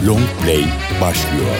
Long Play başlıyor.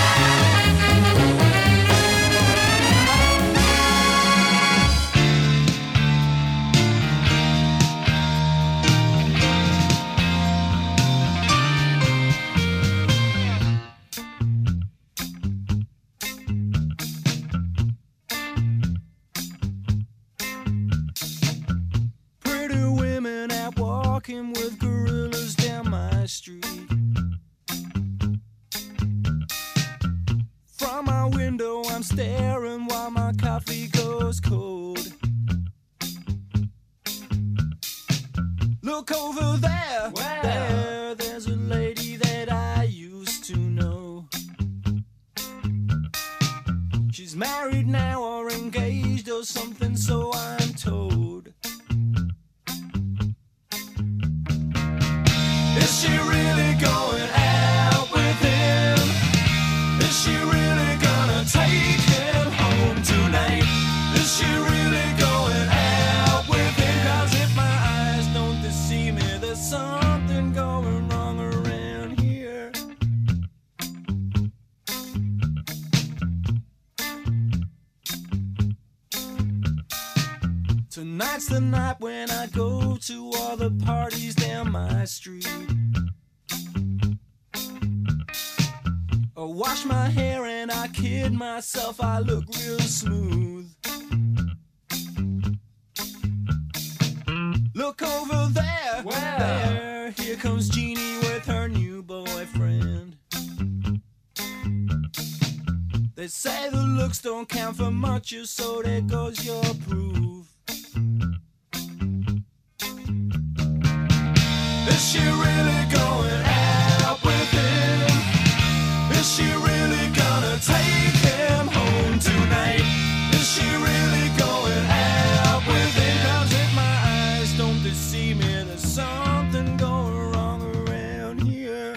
Tonight's the night when I go to all the parties down my street. I wash my hair and I kid myself, I look real smooth. Look over there, there, here comes Jeannie with her new boyfriend. They say the looks don't count for much, so there goes your proof. Is she really going out with him? Is she really gonna take him home tonight? Is she really going out with him? 'Cause if my eyes don't deceive me, there's something going wrong around here.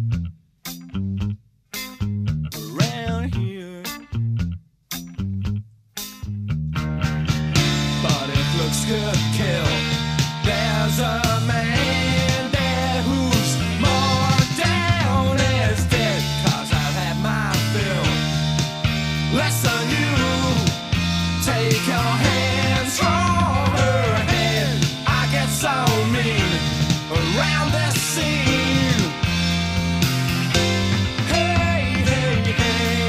Around here. But if looks could kill, there's a man there who's more down as dead. 'Cause I've had my fill. Less than you. Take your hands from her head. I get so mean around this scene. Hey, hey, hey.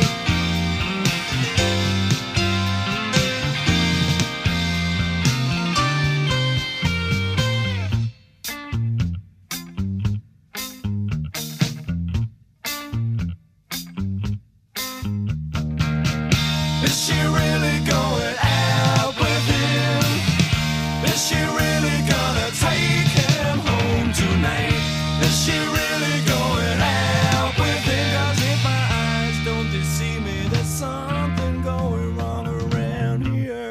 Is she really going out with him? Is she really gonna take him home tonight? Is she really going out with him? 'Cause if my eyes don't deceive me, there's something going wrong around here.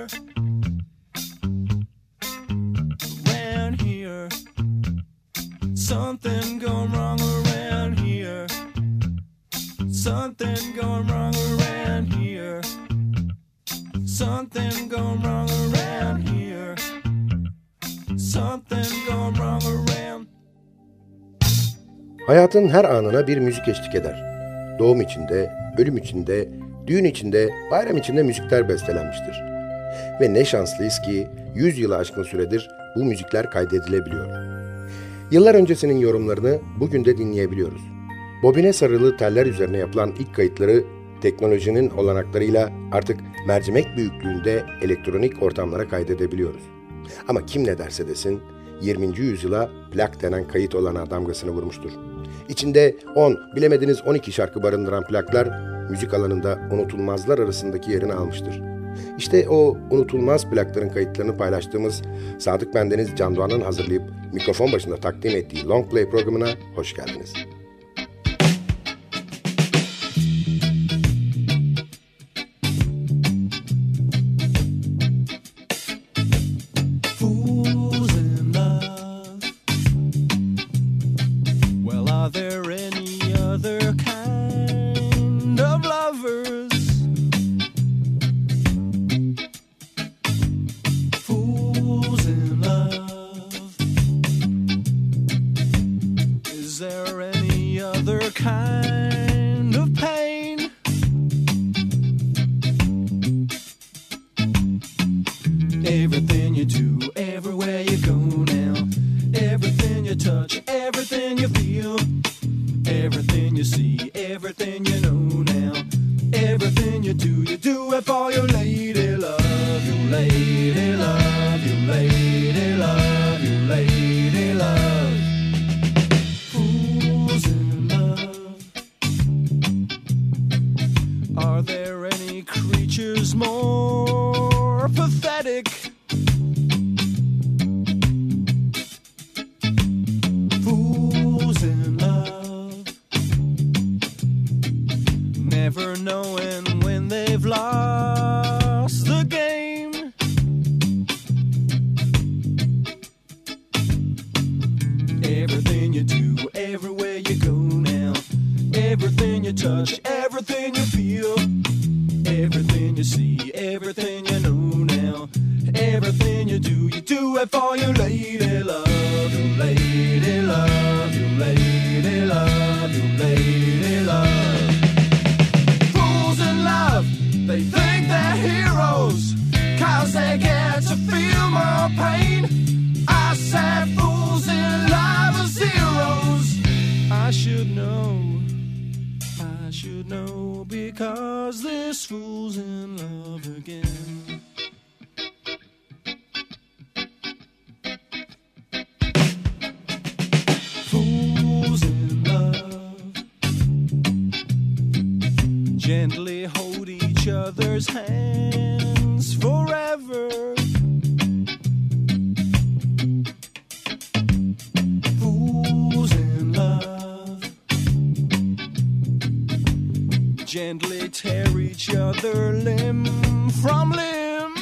Around here. Something going wrong around here. Something going wrong around here. Something going wrong around here. Something going wrong around. Hayatın her anına bir müzik eşlik eder. Doğum içinde, ölüm içinde, düğün içinde, bayram içinde müzikler bestelenmiştir. Ve ne şanslıyız ki 100 yılı aşkın süredir bu müzikler kaydedilebiliyor. Yıllar öncesinin yorumlarını bugün de dinleyebiliyoruz. Bobine sarılı teller üzerine yapılan ilk kayıtları teknolojinin olanaklarıyla artık mercimek büyüklüğünde elektronik ortamlara kaydedebiliyoruz. Ama kim ne derse desin 20. yüzyıla plak denen kayıt olana damgasını vurmuştur. İçinde 10, bilemediniz 12 şarkı barındıran plaklar müzik alanında unutulmazlar arasındaki yerini almıştır. İşte o unutulmaz plakların kayıtlarını paylaştığımız Sadık Bendeniz Can Doğan'ın hazırlayıp mikrofon başında takdim ettiği Long Play programına hoş geldiniz. Is there any another kind of pain. Everything you do, everywhere you go now, everything you touch, everything you feel, everything you see, everything you know now, everything you do it for your lady love, your lady love, your lady love, your lady love. Fools in love. Are there any creatures more pathetic? Fools in love, never knowing when they've lost the game. Everything you do, everywhere you go now, everything you touch, everything you feel, everything you see, everything you know now, everything you do it for your lady love, your lady love, your lady love, your lady love. Fools in love, they think they're heroes, 'cause they get to feel more pain. I said fools in love are zeros. I should know, because this fool's in love again. Fools in love, gently hold each other's hands forever. Fools in love, gently tear each other limb from limb.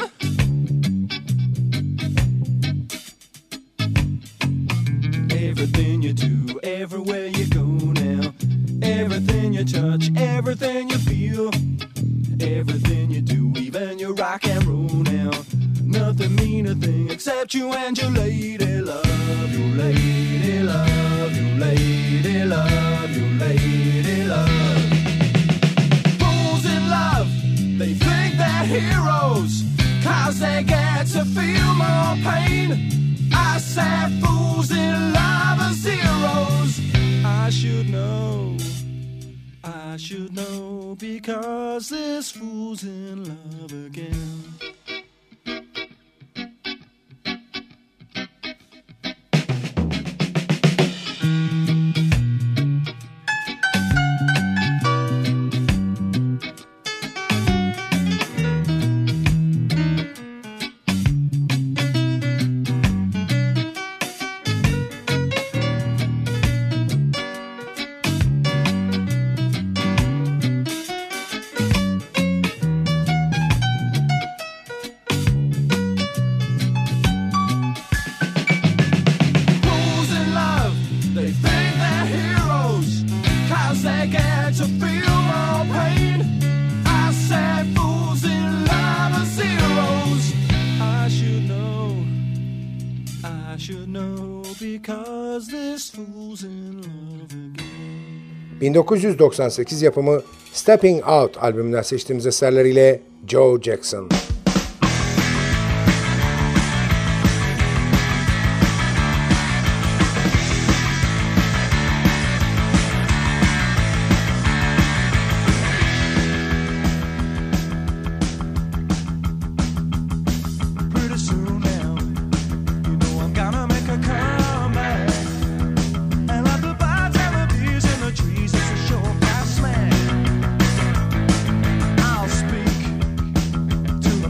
Everything you do, everywhere you go now, everything you touch, everything you feel, everything you do, even your rock and roll now, nothing mean a thing except you and your lady love, your lady love, your lady love, your lady love. Fools in love, they think they're heroes, 'cause they get to feel more pain. I said fools in love are zeros. I should know, because this fool's in love again. Because this fool's in love again. 1998 yapımı Stepping Out albümünden seçtiğimiz eserleriyle Joe Jackson. To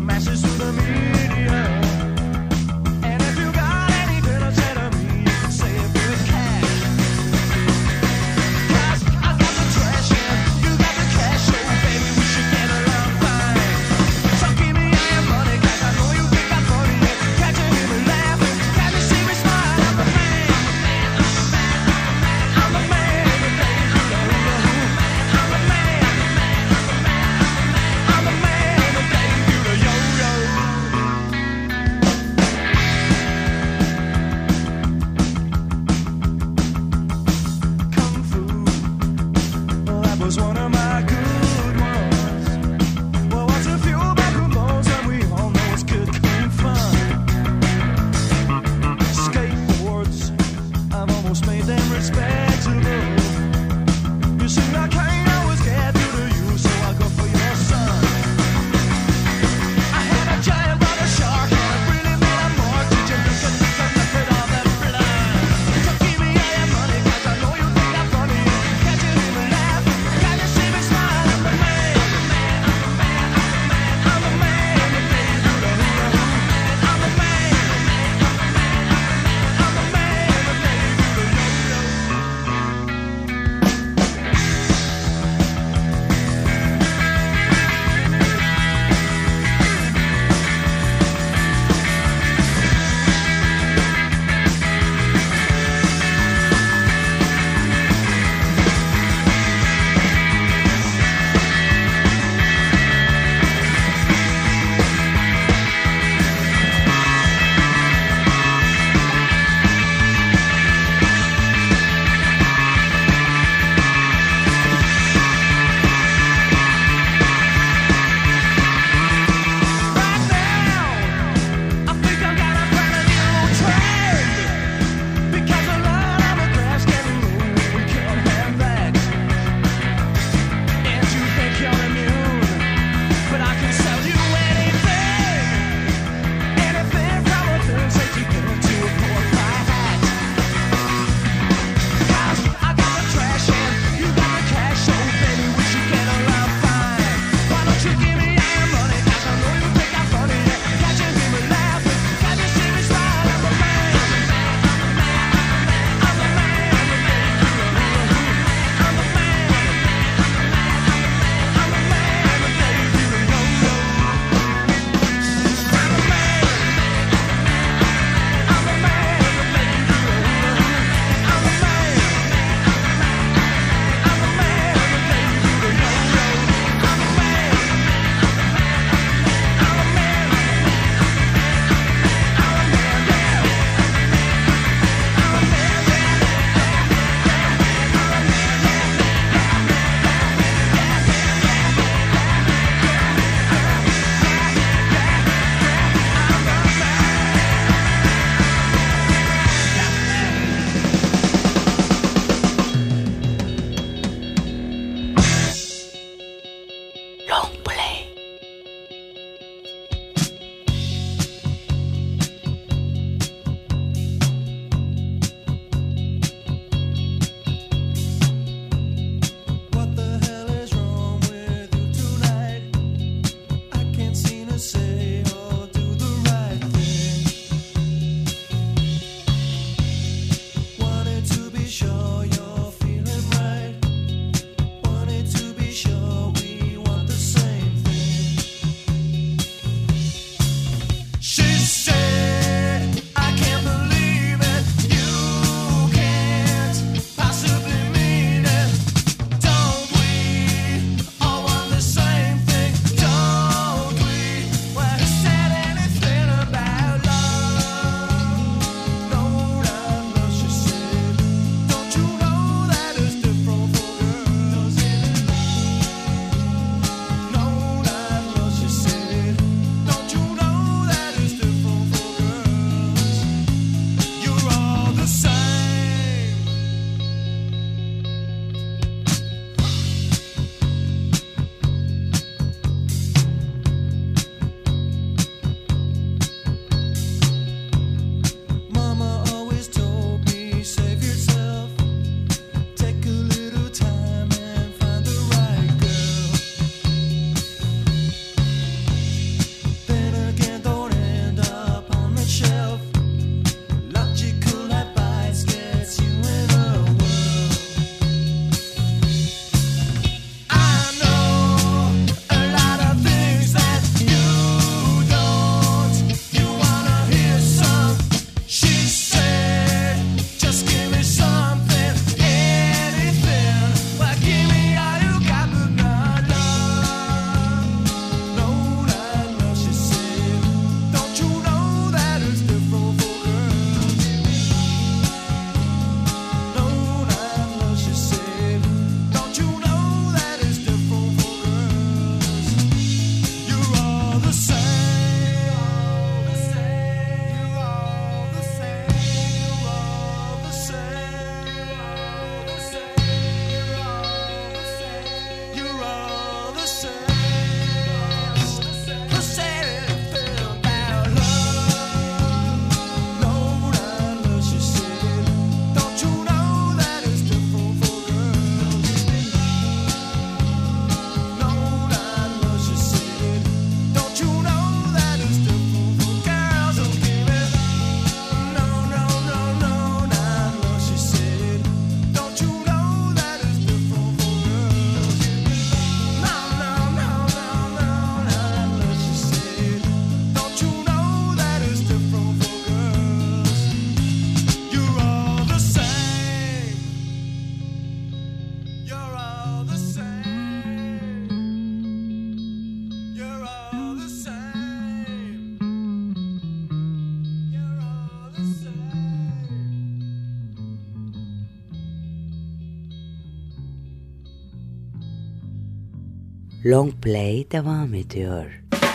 Long Play devam ediyor.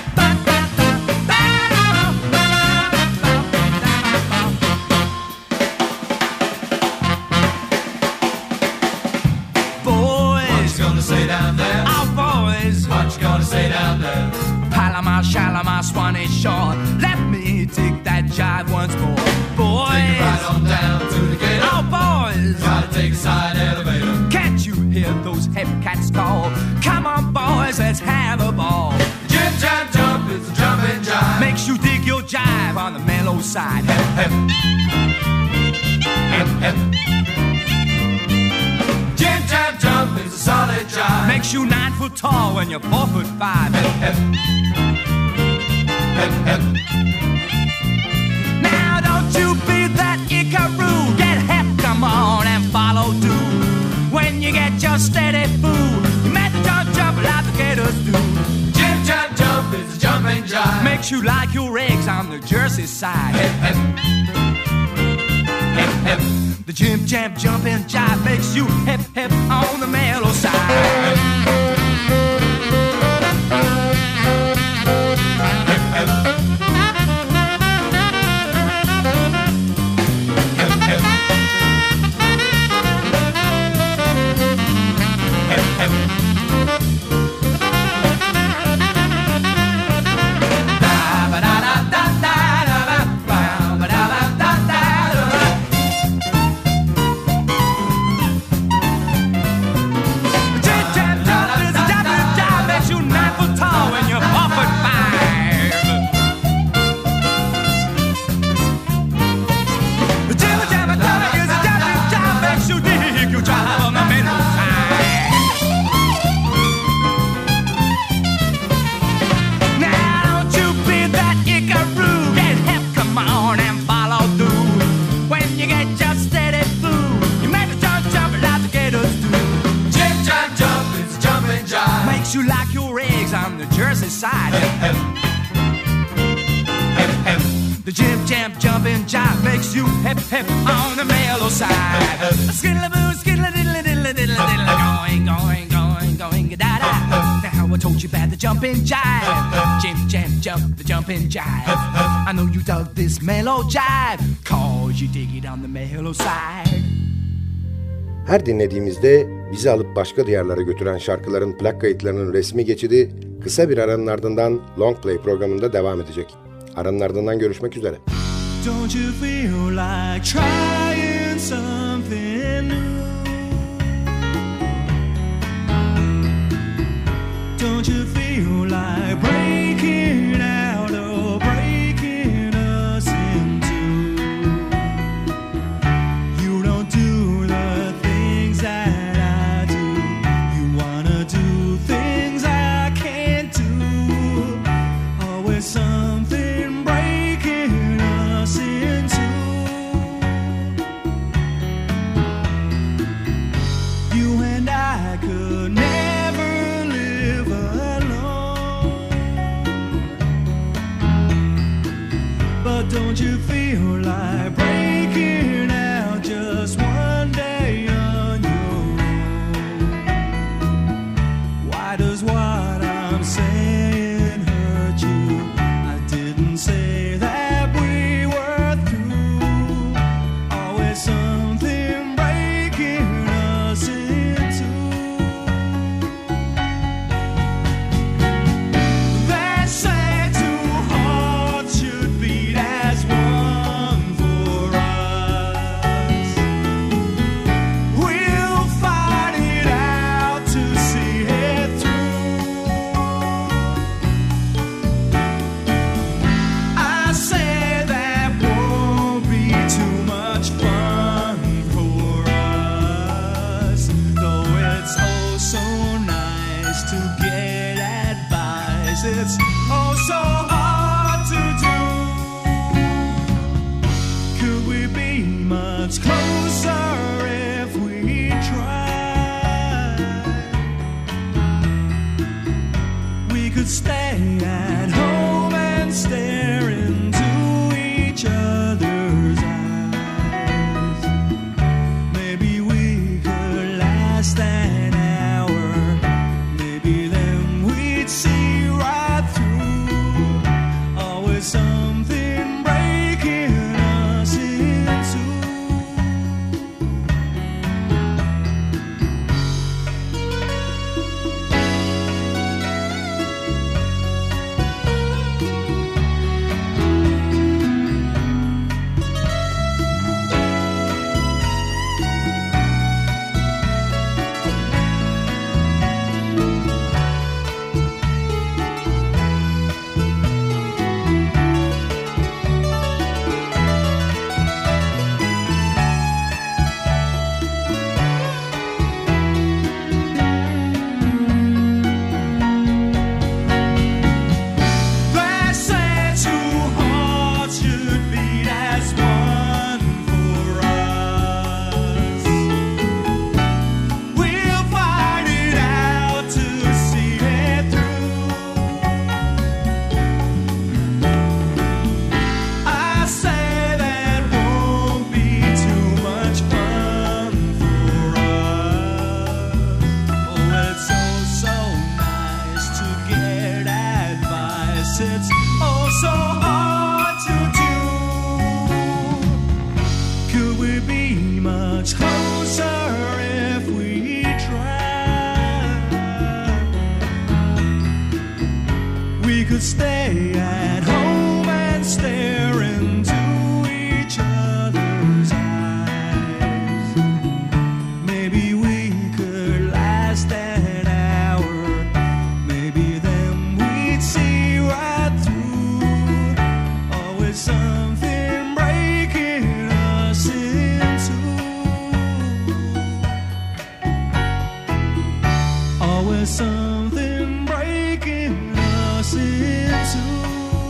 Boys, gonna say down there. Oh, boys, what you gonna say down there? Palomar, Shalimar, Swanee Shore. Let me take that jive once more. Boys, take it right on down to the gate. Oh, boys, gotta take a side elevator. Can't you hear those heavy cats call? Come on, boys, let's have a ball. Jib, jab, jump, it's a jumping jive. Makes you dig your jive on the mellow side. Hep, hep. Hep, hep. Jib, jab, jump, it's a solid jive. Makes you 9 foot tall when you're 4 foot 5. Hep, hep. Hep, hep. Now don't you be that Icaroo. Get hep, come on and follow too. When you get your steady food, you make the jump, jump like the gators do. Jib, jab, jump is a jumping jive. Makes you like your eggs on the Jersey side. Hep, hep. Hep, hep. The jib, jab, jumping jive makes you hep, hep on the mellow side. You like your eggs on the Jersey side. Hep, hep. Hep, hep. The jib, jab, jumping jive makes you hep, hep on the mellow side. Skiddly-boo, skiddly-diddly-diddly-diddly, going, going, going, going, da-da. Now I told you about the jumping jive. Jib, jab, jump, the jumping jive. I know you dug this mellow jive, cause you dig it on the mellow side. Her dinlediğimizde bizi alıp başka diyarlara götüren şarkıların plak kayıtlarının resmi geçidi kısa bir aranın ardından Long Play programında devam edecek. Aranın ardından görüşmek üzere. Don't you feel like trying something new? Don't you feel like breaking out or breaking us in two? You don't do the things that I do. You wanna do things I can't do. Always something breaking us in two. much closer if we try. We could stay at home and stare into each other's eyes. Maybe we could last an hour. Maybe then we'd see right through. Always something breaking us in two. Always something breaking us in two.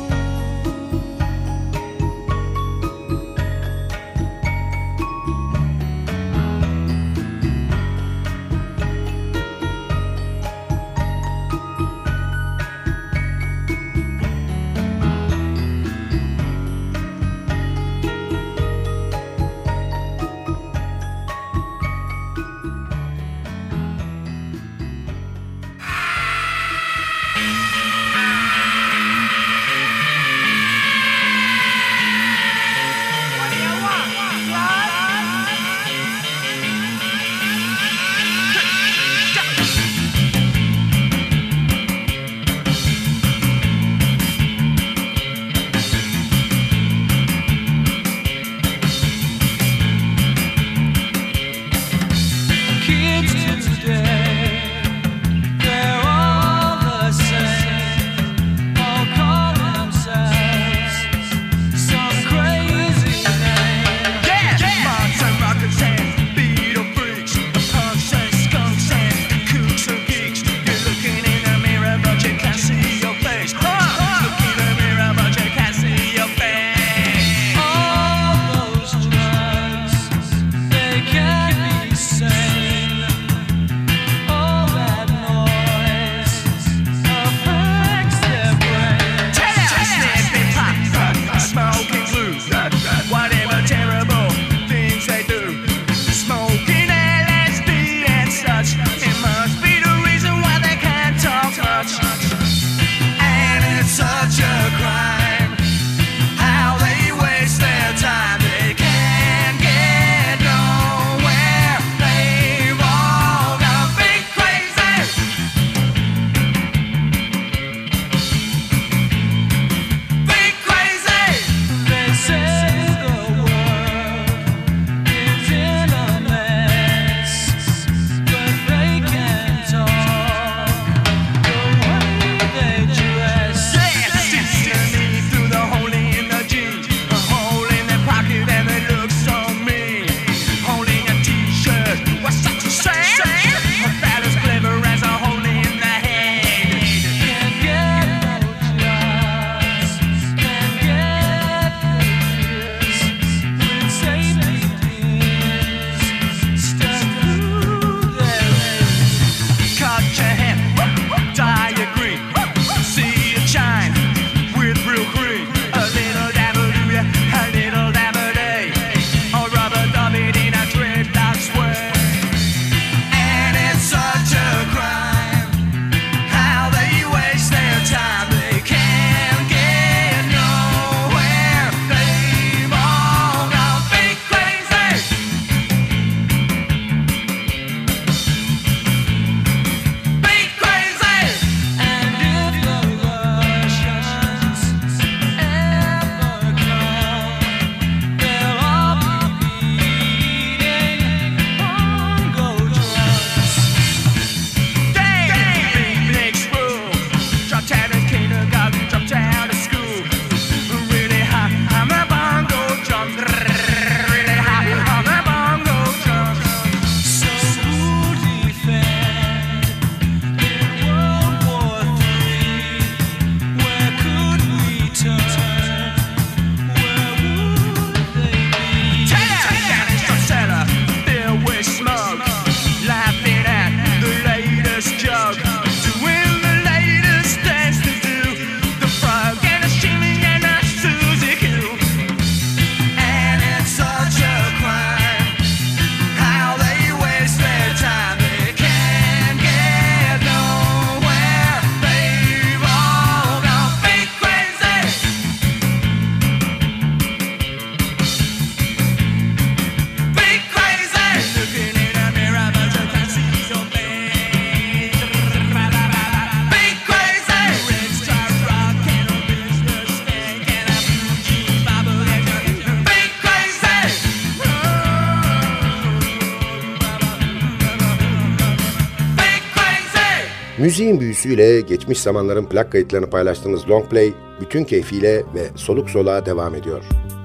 Müziğin büyüsüyle geçmiş zamanların plak kayıtlarını paylaştığımız Long Play bütün keyfiyle ve soluk soluğa devam ediyor.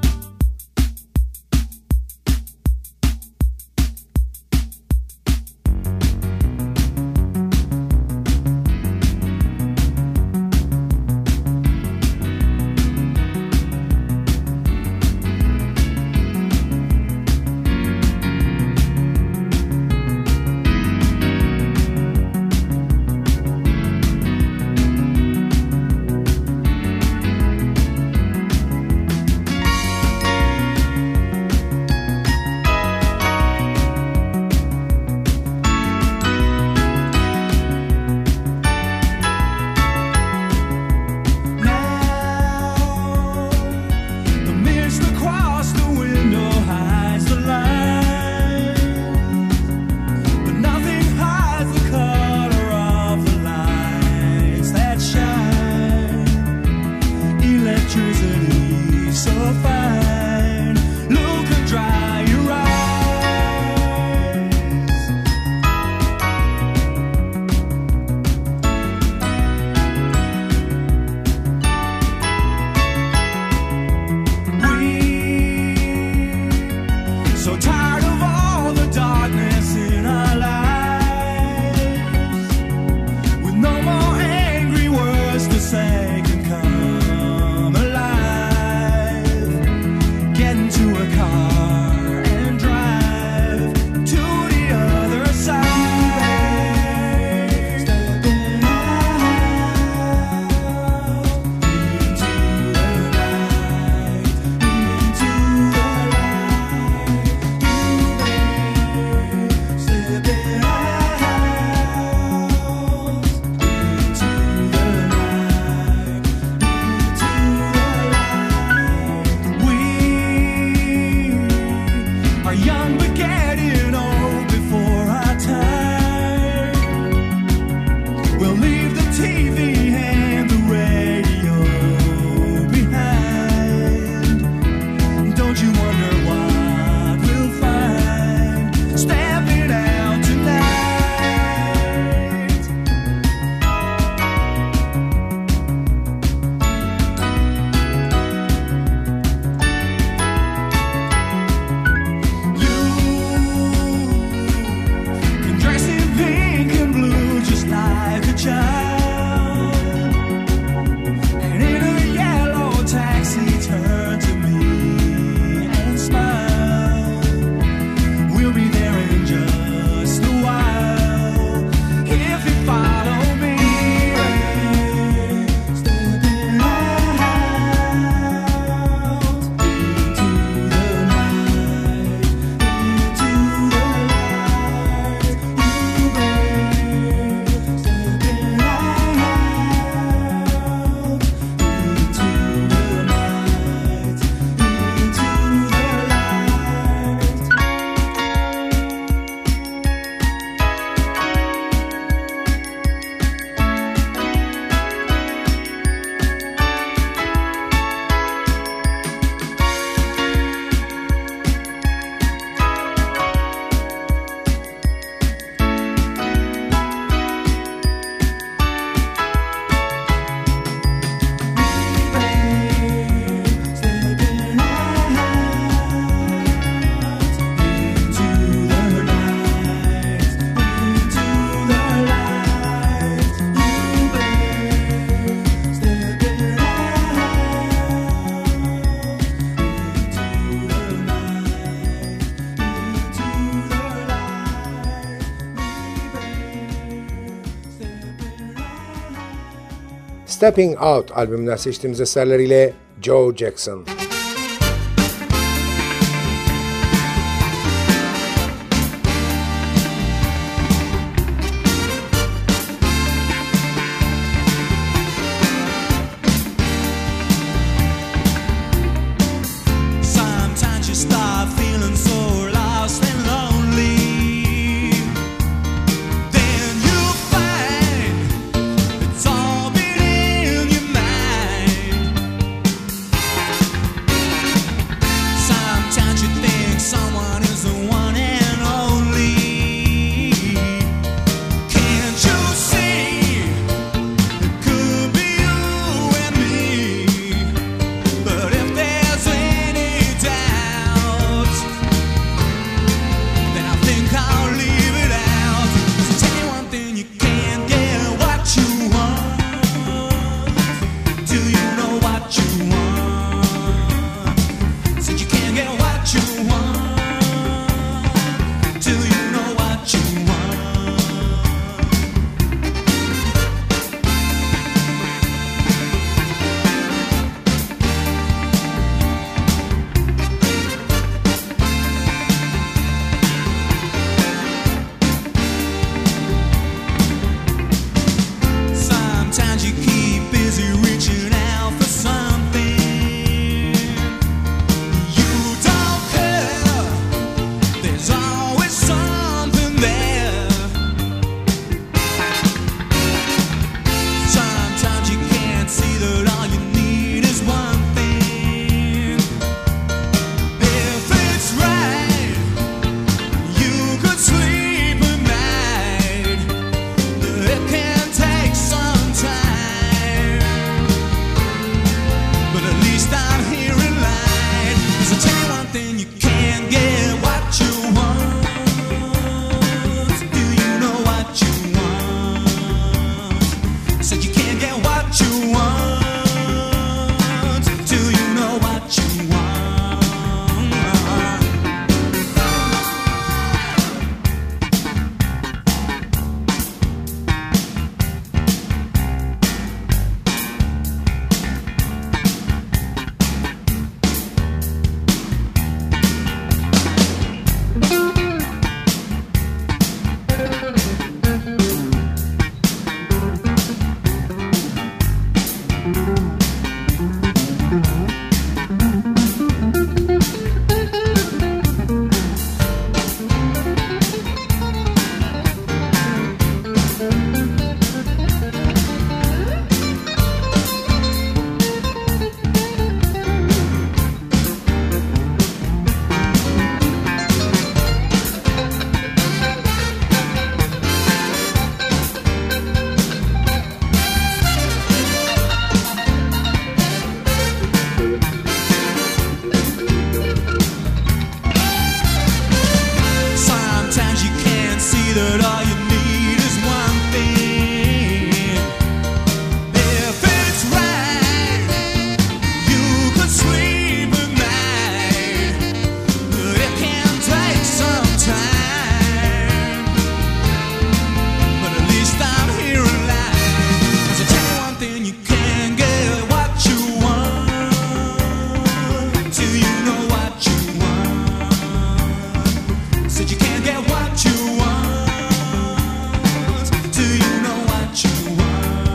Stepping Out albümünden seçtiğimiz eserleriyle Joe Jackson. Said you can't get what you want. Do you know what you want?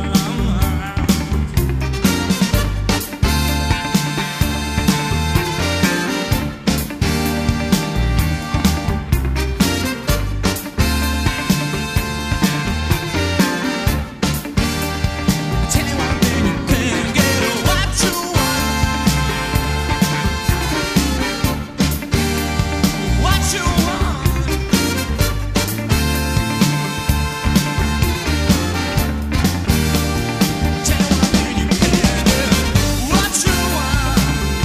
Tell you one thing, you can't get what you want. What you want. Tell you one thing, you can't get what you want.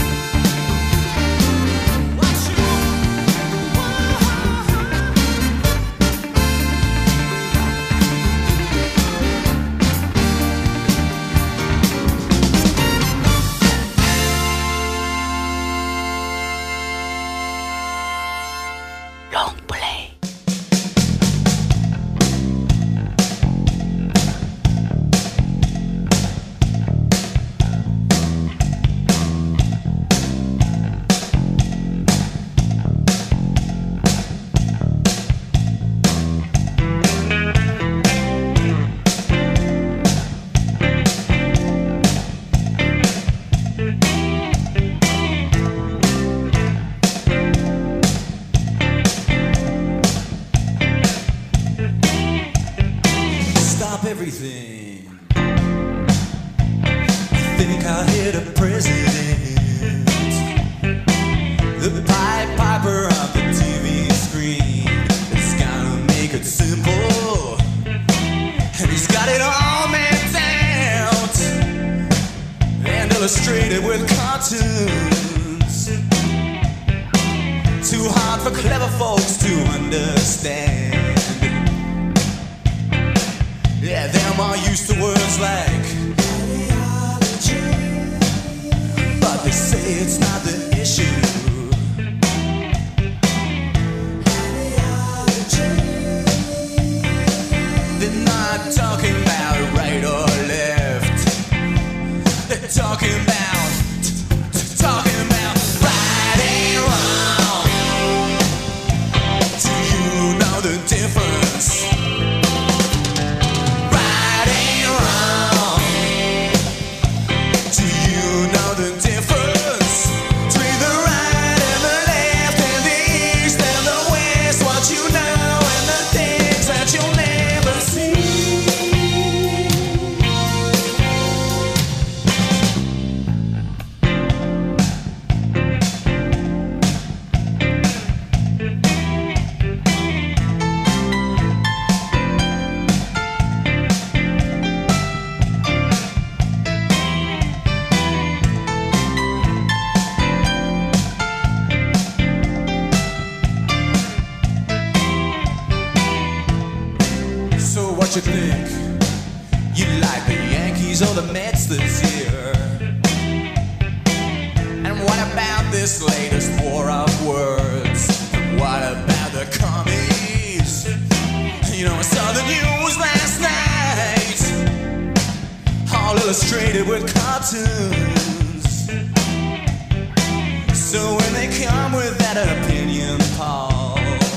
What you Long play. stop everything. I think I'll hit a president. The Pied Piper of the TV screen. It's gonna make it simple. And he's got it all mapped out and illustrated with cartoons. Too hard for clever folks to understand. Yeah, them are used to words like ideology, but they say it's not the issue. Ideology. They're not talking about right or left. They're talking about right and wrong. Do you know the difference? Right and wrong. Do you know the difference between the right and the left and the east and the west? What you know and the things that you'll never see. So what you think? You like the Yankees or the Mets this year? And what about this latest war of words? And what about the commies? You know, I saw the news last night, all illustrated with cartoons. So when they come with that opinion poll,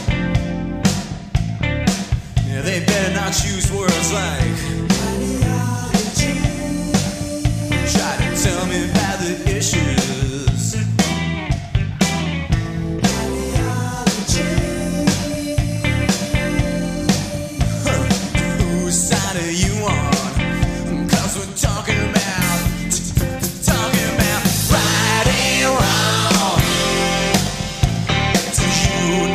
yeah, they better not use words like ideology. Try to tell me about the issues. Ideology. Whose side are you on? 'Cause we're talking about right and wrong. Do you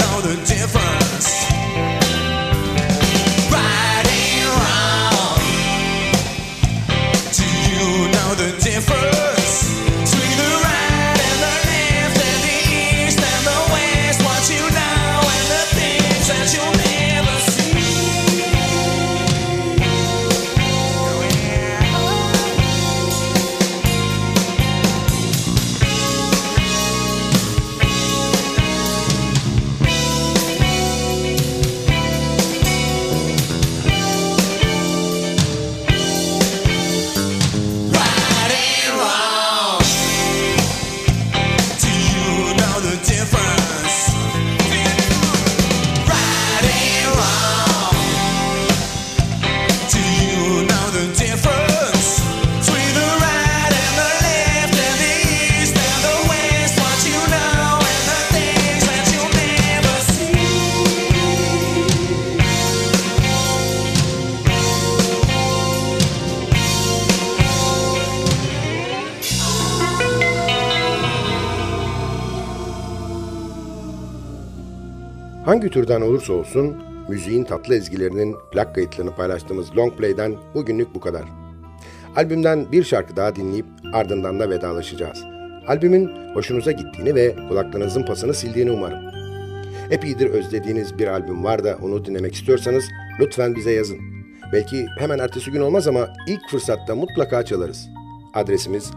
Hangi türden olursa olsun müziğin tatlı ezgilerinin plak kayıtlarını paylaştığımız Long Play'den bugünlük bu kadar. Albümden bir şarkı daha dinleyip ardından da vedalaşacağız. Albümün hoşunuza gittiğini ve kulaklarınızın pasını sildiğini umarım. Epeydir özlediğiniz bir albüm var da onu dinlemek istiyorsanız lütfen bize yazın. Belki hemen ertesi gün olmaz ama ilk fırsatta mutlaka çalarız. Adresimiz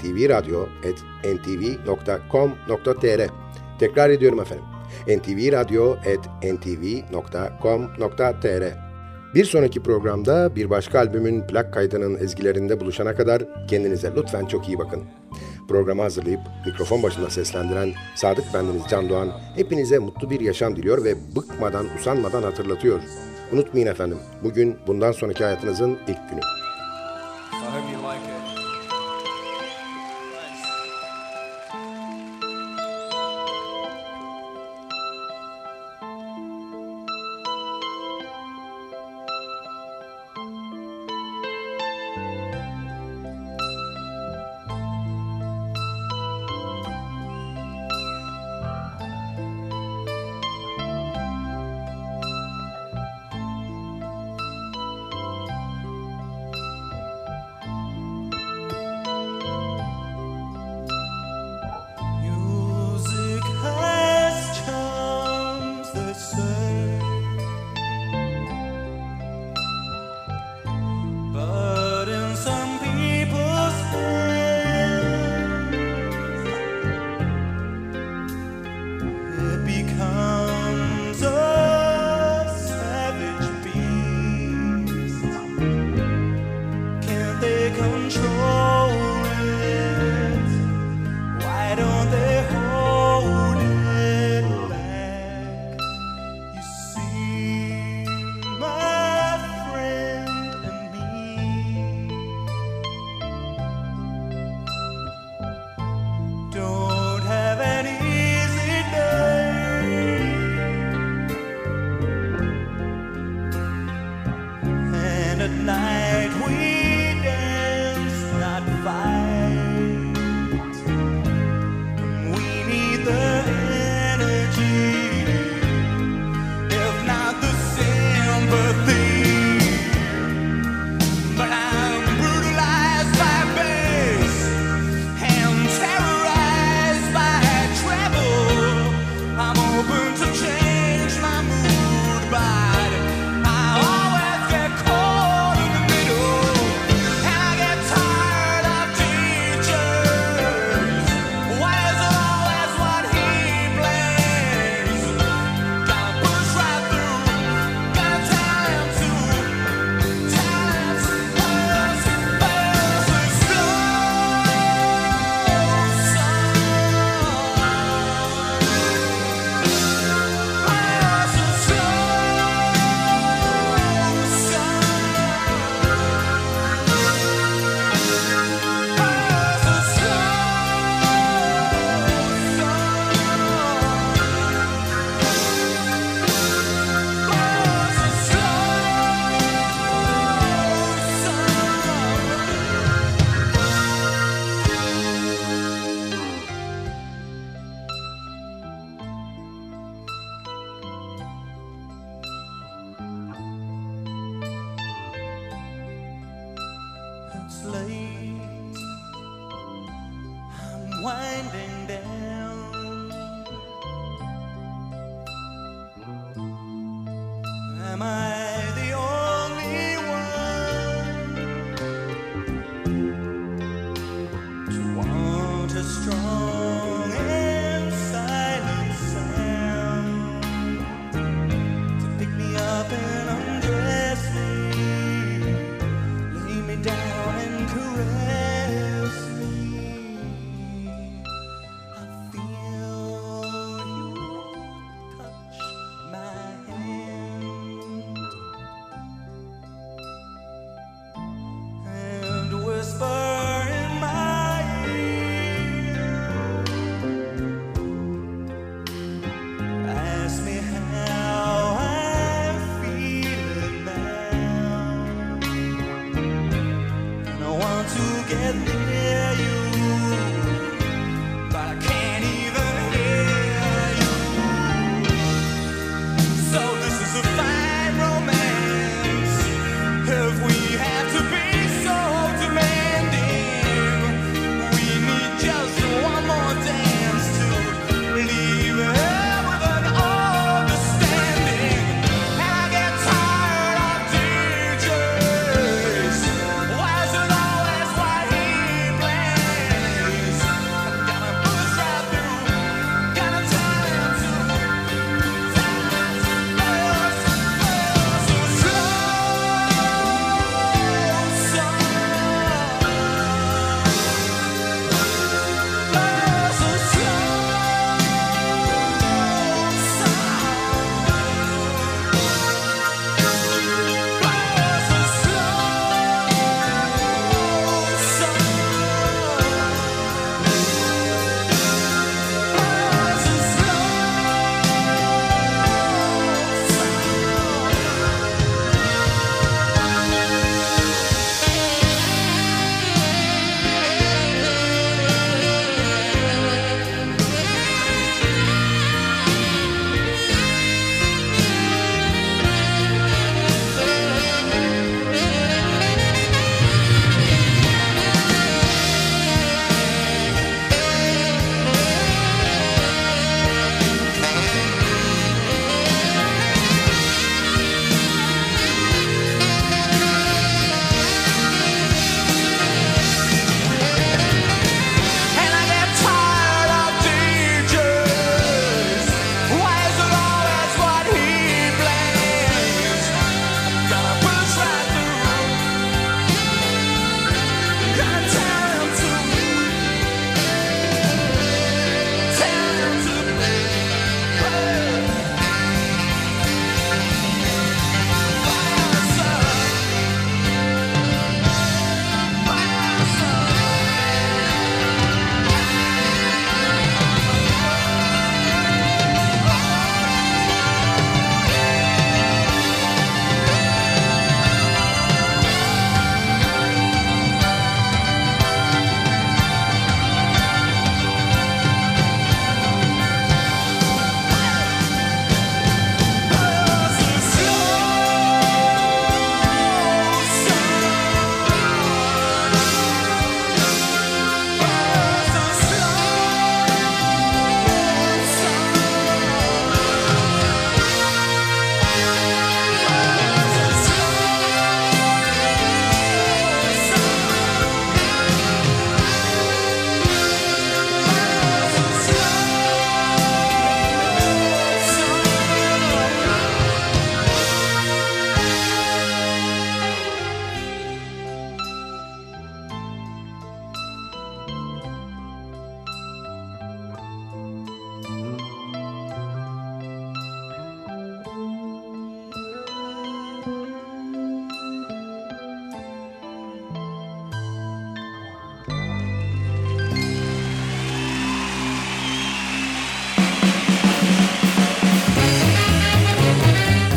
ntvradyo@ntv.com.tr. Tekrar ediyorum efendim. ntvradyo@ntv.com.tr. Bir sonraki programda bir başka albümün plak kaydının ezgilerinde buluşana kadar kendinize lütfen çok iyi bakın. Programı hazırlayıp mikrofon başında seslendiren Sadık bendeniz Can Doğan hepinize mutlu bir yaşam diliyor ve bıkmadan, usanmadan hatırlatıyor. Unutmayın efendim, bugün bundan sonraki hayatınızın ilk günü. I hope you like it. Music has charms, they say, but in some people's hands, it becomes a savage beast. Can't they control it? Why don't they hold it back? You see, my friend and me don't have an easy day, and at night we dance, not fight. We need the energy, if not the sympathy. But I'm brutalized by bass and terrorized by treble. I'm open to change my mood, but I always get caught in the middle, and I get tired of teachers. Why is it always what he plays? Gotta push right through, gotta tell him to, tell him to pass, pass, slow, It's late, I'm winding down. Am I the only one to want a strong and silent sound to pick me up and undress me, lay me down and caress me? I feel you touch my hand and whisper in my ear, ask me how I'm feeling now, and I want to get near you, but I can't even hear you.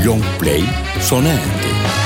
Long Play sona erdi.